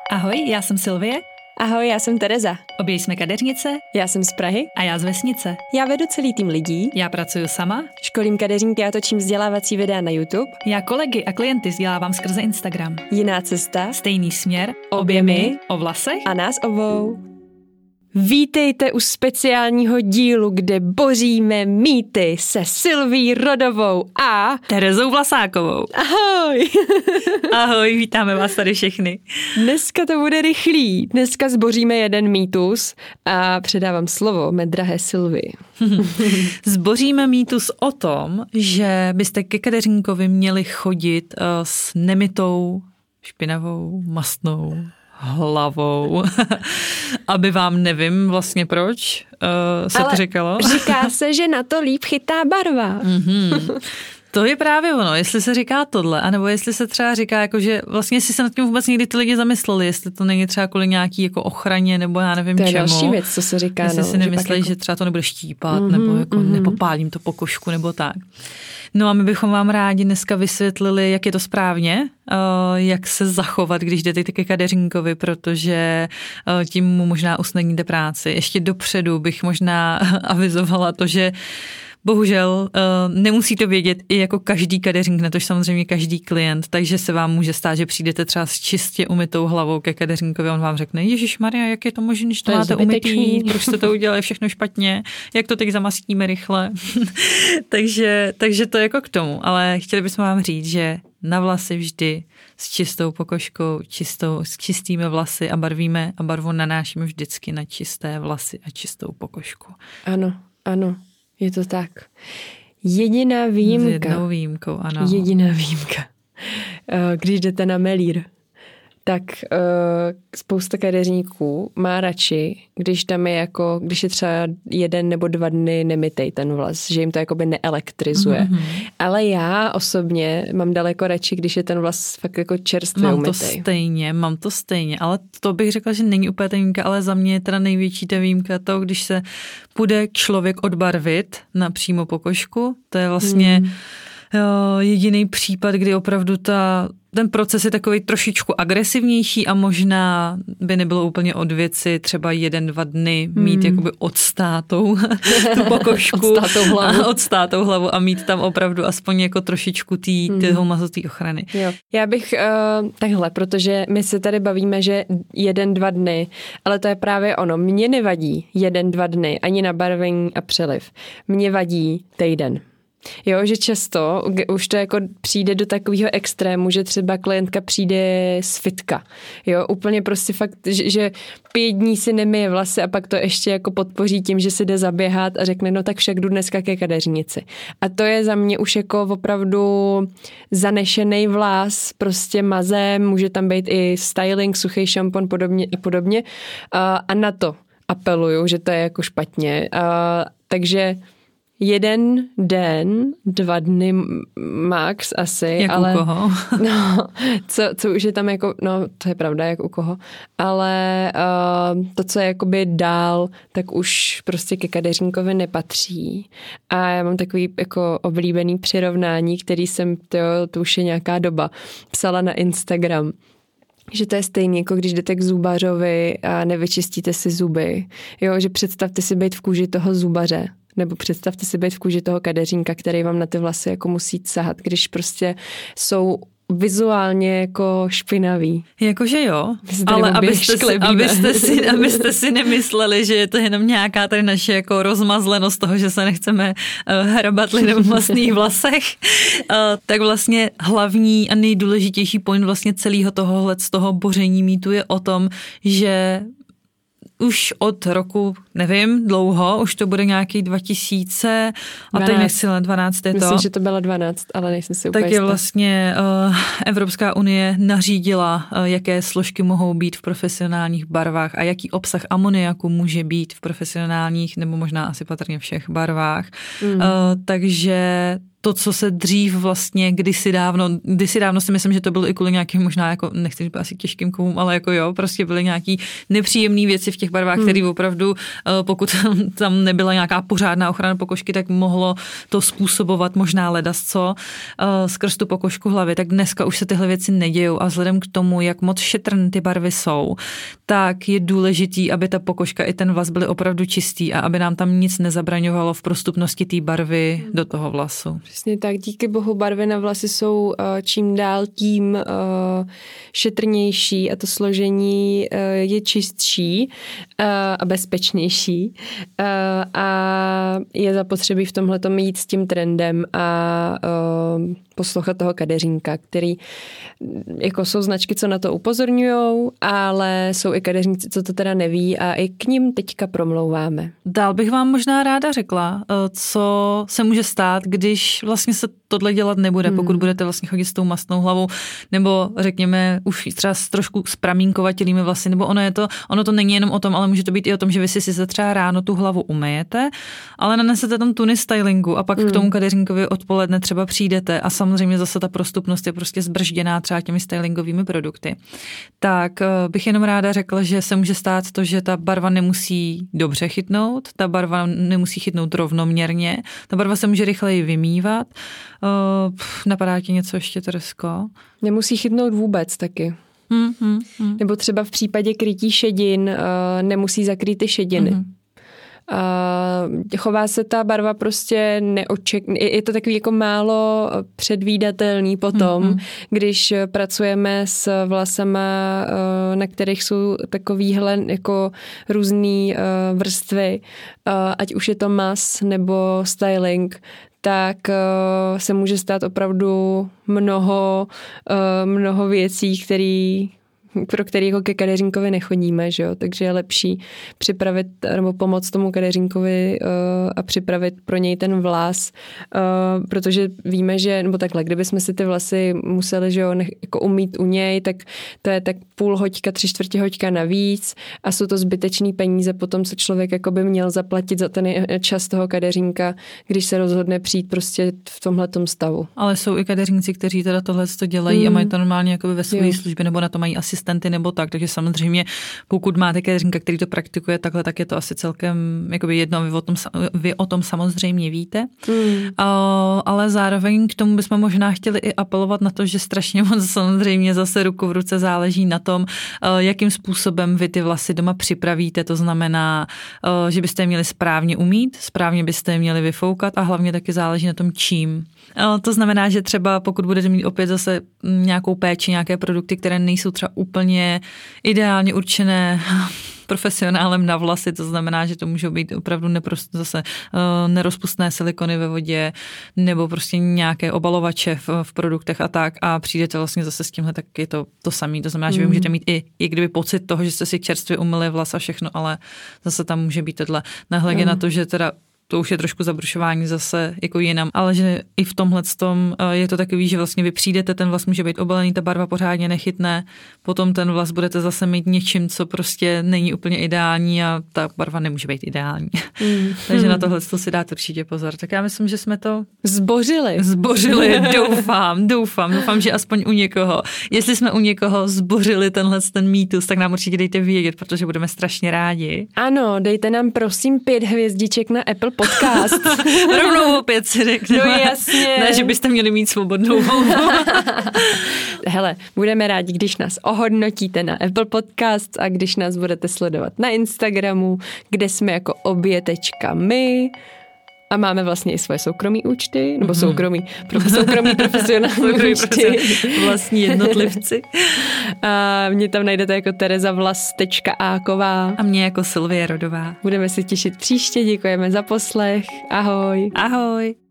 Ahoj, já jsem Sylvie. Ahoj, já jsem Tereza. Obě jsme kadeřnice. Já jsem z Prahy. A já z vesnice. Já vedu celý tým lidí. Já pracuji sama. Školím kadeřníky a točím vzdělávací videa na YouTube. Já kolegy a klienty vzdělávám skrze Instagram. Jiná cesta. Stejný směr. Obě my. O vlasech. A nás obou. Vítejte u speciálního dílu, kde boříme mýty se Sylví Rodovou a Terezou Vlasákovou. Ahoj! Ahoj, vítáme vás tady všechny. Dneska to bude rychlý. Dneska zboříme jeden mýtus a předávám slovo mé drahé Sylvii. Zboříme mýtus o tom, že byste ke kadeřníkovi měli chodit s nemytou, špinavou, mastnou hlavou, aby vám nevím vlastně proč se to říkalo. Říká se, že na to líp chytá barva. To je právě ono, jestli se říká tohle, anebo jestli se třeba říká, jako, že vlastně si se nad tím vůbec někdy ty lidi zamysleli, jestli to není třeba kvůli nějaký jako ochraně, nebo já nevím čemu. To je další věc, co se říká. Jestli si nemyslí, že třeba to nebude štípat, nebo jako nepopálím to po košku, nebo tak. No a my bychom vám rádi dneska vysvětlili, jak je to správně, jak se zachovat, když jdete ke kadeřníkovi, protože tím mu možná usnadníte práci. Ještě dopředu bych možná avizovala to, že bohužel nemusí to vědět i jako každý kadeřník, natož samozřejmě každý klient, takže se vám může stát, že přijdete třeba s čistě umytou hlavou ke kadeřníkovi a on vám řekne: Ježišmarja, jak je to možné, že to máte umytý, proč jste to udělali všechno špatně, jak to teď zamastíme rychle. takže to je jako k tomu, ale chtěli bychom vám říct, že na vlasy vždy s čistou pokožkou, s čistými vlasy a barvíme a barvu nanášíme vždycky na čisté vlasy a čistou pokožku. Ano. Je to tak. Jediná výjimka. S jednou výjimkou, ano. Jediná výjimka. Když jdete na melír, tak spousta kadeřníků má radši, když tam je jako, když je třeba 1 nebo 2 dny nemytej ten vlas, že jim to jakoby neelektrizuje. Mm-hmm. Ale já osobně mám daleko radši, když je ten vlas fakt jako čerstvě umytej. Mám to stejně, ale to bych řekla, že není úplně ta výjimka, ale za mě je teda největší ta výjimka to, když se půjde člověk odbarvit na přímo pokožku, to je vlastně jediný případ, kdy opravdu ten proces je takový trošičku agresivnější a možná by nebylo úplně od věci třeba 1-2 dny mít jakoby odstátou tu pokožku. Odstátou hlavu a mít tam opravdu aspoň jako trošičku toho mazotý ochrany. Jo. Já bych takhle, protože my se tady bavíme, že 1-2 dny, ale to je právě ono. Mně nevadí 1-2 dny, ani nabarvení a přeliv. Mně vadí týden. Jo, že často už to jako přijde do takového extrému, že třeba klientka přijde z fitka. Jo, úplně prostě fakt, že 5 dní si nemyje vlasy a pak to ještě jako podpoří tím, že si jde zaběhat a řekne, no tak však jdu dneska ke kadeřnici. A to je za mě už jako opravdu zanešený vlas, prostě mazem, může tam být i styling, suchý šampon podobně. A na to apeluju, že to je jako špatně. Takže 1 den, 2 dny max asi. Jak ale, u koho? No, co už je tam jako, no to je pravda, jak u koho. Ale to, co je jakoby dál, tak už prostě ke kadeřníkovi nepatří. A já mám takový jako oblíbený přirovnání, který jsem, to už je nějaká doba, psala na Instagram. Že to je stejně, jako když jdete k zubařovi a nevyčistíte si zuby. Jo, že představte si být v kůži toho zubaře. Nebo představte si být v kůži toho kadeřínka, který vám na ty vlasy jako musí sahat, když prostě jsou vizuálně jako špinaví. Jakože jo, ale abyste si nemysleli, že je to jenom nějaká tady naše jako rozmazlenost toho, že se nechceme hrabat lidem v vlastních vlasech, tak vlastně hlavní a nejdůležitější point vlastně celého tohohle z toho boření mýtu je o tom, že už od roku, nevím, dlouho, už to bude nějaký 2000 a teď nechci 12 je to. Myslím, že to bylo 12, ale nejsem si úplně tak je vlastně Evropská unie nařídila, jaké složky mohou být v profesionálních barvách a jaký obsah amoniaku může být v profesionálních nebo možná asi patrně všech barvách. Takže to, co se dřív vlastně kdysi dávno si myslím, že to bylo i kvůli nějakým možná jako, nechci říct asi těžkým kovům, ale jako jo, prostě byly nějaký nepříjemné věci v těch barvách, které opravdu, pokud tam nebyla nějaká pořádná ochrana pokožky, tak mohlo to způsobovat možná ledasco skrz tu pokožku hlavy, tak dneska už se tyhle věci nedějou a vzhledem k tomu, jak moc šetrné ty barvy jsou, tak je důležitý, aby ta pokožka i ten vlas byly opravdu čistý a aby nám tam nic nezabraňovalo v prostupnosti té barvy do toho vlasu. Přesně tak, díky bohu barvy na vlasy jsou čím dál tím šetrnější a to složení je čistší a bezpečnější a je zapotřebí v tomhletom jít s tím trendem a poslouchat toho kadeřínka, který jako jsou značky, co na to upozorňujou, ale jsou i kadeřníci, co to teda neví a i k ním teďka promlouváme. Dál bych vám možná ráda řekla, co se může stát, když vlastně se tohle dělat nebude, pokud budete vlastně chodit s tou mastnou hlavou, nebo řekněme už třeba trošku s pramínkovatělými vlasy, nebo ono to není jenom o tom, ale může to být i o tom, že vy si třeba ráno tu hlavu umyjete, ale nanesete tam tuny stylingu a pak k tomu kadeřínkovi odpoledne třeba přijdete a samozřejmě zase ta prostupnost je prostě zbržděná třeba těmi stylingovými produkty. Tak bych jenom ráda řekla, že se může stát to, že ta barva nemusí dobře chytnout, ta barva nemusí chytnout rovnoměrně, ta barva se může rychleji vymývat. Napadá ti něco ještě, Teresko? Nemusí chytnout vůbec taky. Nebo třeba v případě krytí šedin nemusí zakrýt ty šediny. Chová se ta barva prostě je to takový jako málo předvídatelný potom, když pracujeme s vlasama, na kterých jsou takovýhle jako různý vrstvy, ať už je to mas nebo styling, tak se může stát opravdu mnoho věcí, pro který jako ke kadeřínkovi nechodíme, že jo? Takže je lepší připravit nebo pomoct tomu kadeřínkovi a připravit pro něj ten vlas, protože víme, že, nebo takhle, kdybychom si ty vlasy museli, že jo, jako umýt u něj, tak to je tak půl hoďka, 3/4 hoďka navíc a jsou to zbytečný peníze potom, co člověk jako by měl zaplatit za ten čas toho kadeřínka, když se rozhodne přijít prostě v tomhletom stavu. Ale jsou i kadeřníci, kteří teda tohle to dělají a mají to normálně jakoby ve své službě nebo na to mají asistenty nebo tak, takže samozřejmě pokud máte kadeřníka, který to praktikuje takhle, tak je to asi celkem jakoby jedno, vy o tom samozřejmě víte, ale zároveň k tomu bychom možná chtěli i apelovat na to, že strašně moc samozřejmě zase ruku v ruce záleží na tom, jakým způsobem vy ty vlasy doma připravíte, to znamená, že byste je měli správně umýt, správně byste je měli vyfoukat a hlavně taky záleží na tom čím. To znamená, že třeba pokud budete mít opět zase nějakou péči, nějaké produkty, které nejsou třeba úplně ideálně určené profesionálem na vlasy, to znamená, že to můžou být opravdu nerozpustné silikony ve vodě nebo prostě nějaké obalovače v produktech a tak a přijdete vlastně zase s tímhle, tak je to samé. To znamená, že vy můžete mít i kdyby pocit toho, že jste si čerstvě umyli vlas a všechno, ale zase tam může být tohle. Nehledě na to, že teda to už je trošku zabrušování zase jako jinam, ale že i v tomhletom je to takový, že vlastně vy přijdete, ten vlas může být obalený, ta barva pořádně nechytne, potom ten vlas budete zase mít něčím, co prostě není úplně ideální a ta barva nemůže být ideální. Takže na tohle si dát určitě pozor. Tak já myslím, že jsme to zbořili, doufám, že aspoň u někoho. Jestli jsme u někoho zbořili ten mýtus, tak nám určitě dejte vědět, protože budeme strašně rádi. Ano, dejte nám prosím 5 hvězdiček na Apple Podcast. Rovnou opět si řekne. No jasně. Ne, že byste měli mít svobodnou volbu. Hele, budeme rádi, když nás ohodnotíte na Apple Podcast a když nás budete sledovat na Instagramu, kde jsme jako obě.my a máme vlastně i svoje soukromí účty, nebo soukromí profesionální účty. Vlastní jednotlivci. A mě tam najdete jako terezavlas.áková. A mě jako Sylvie Rodová. Budeme se těšit příště, děkujeme za poslech. Ahoj. Ahoj.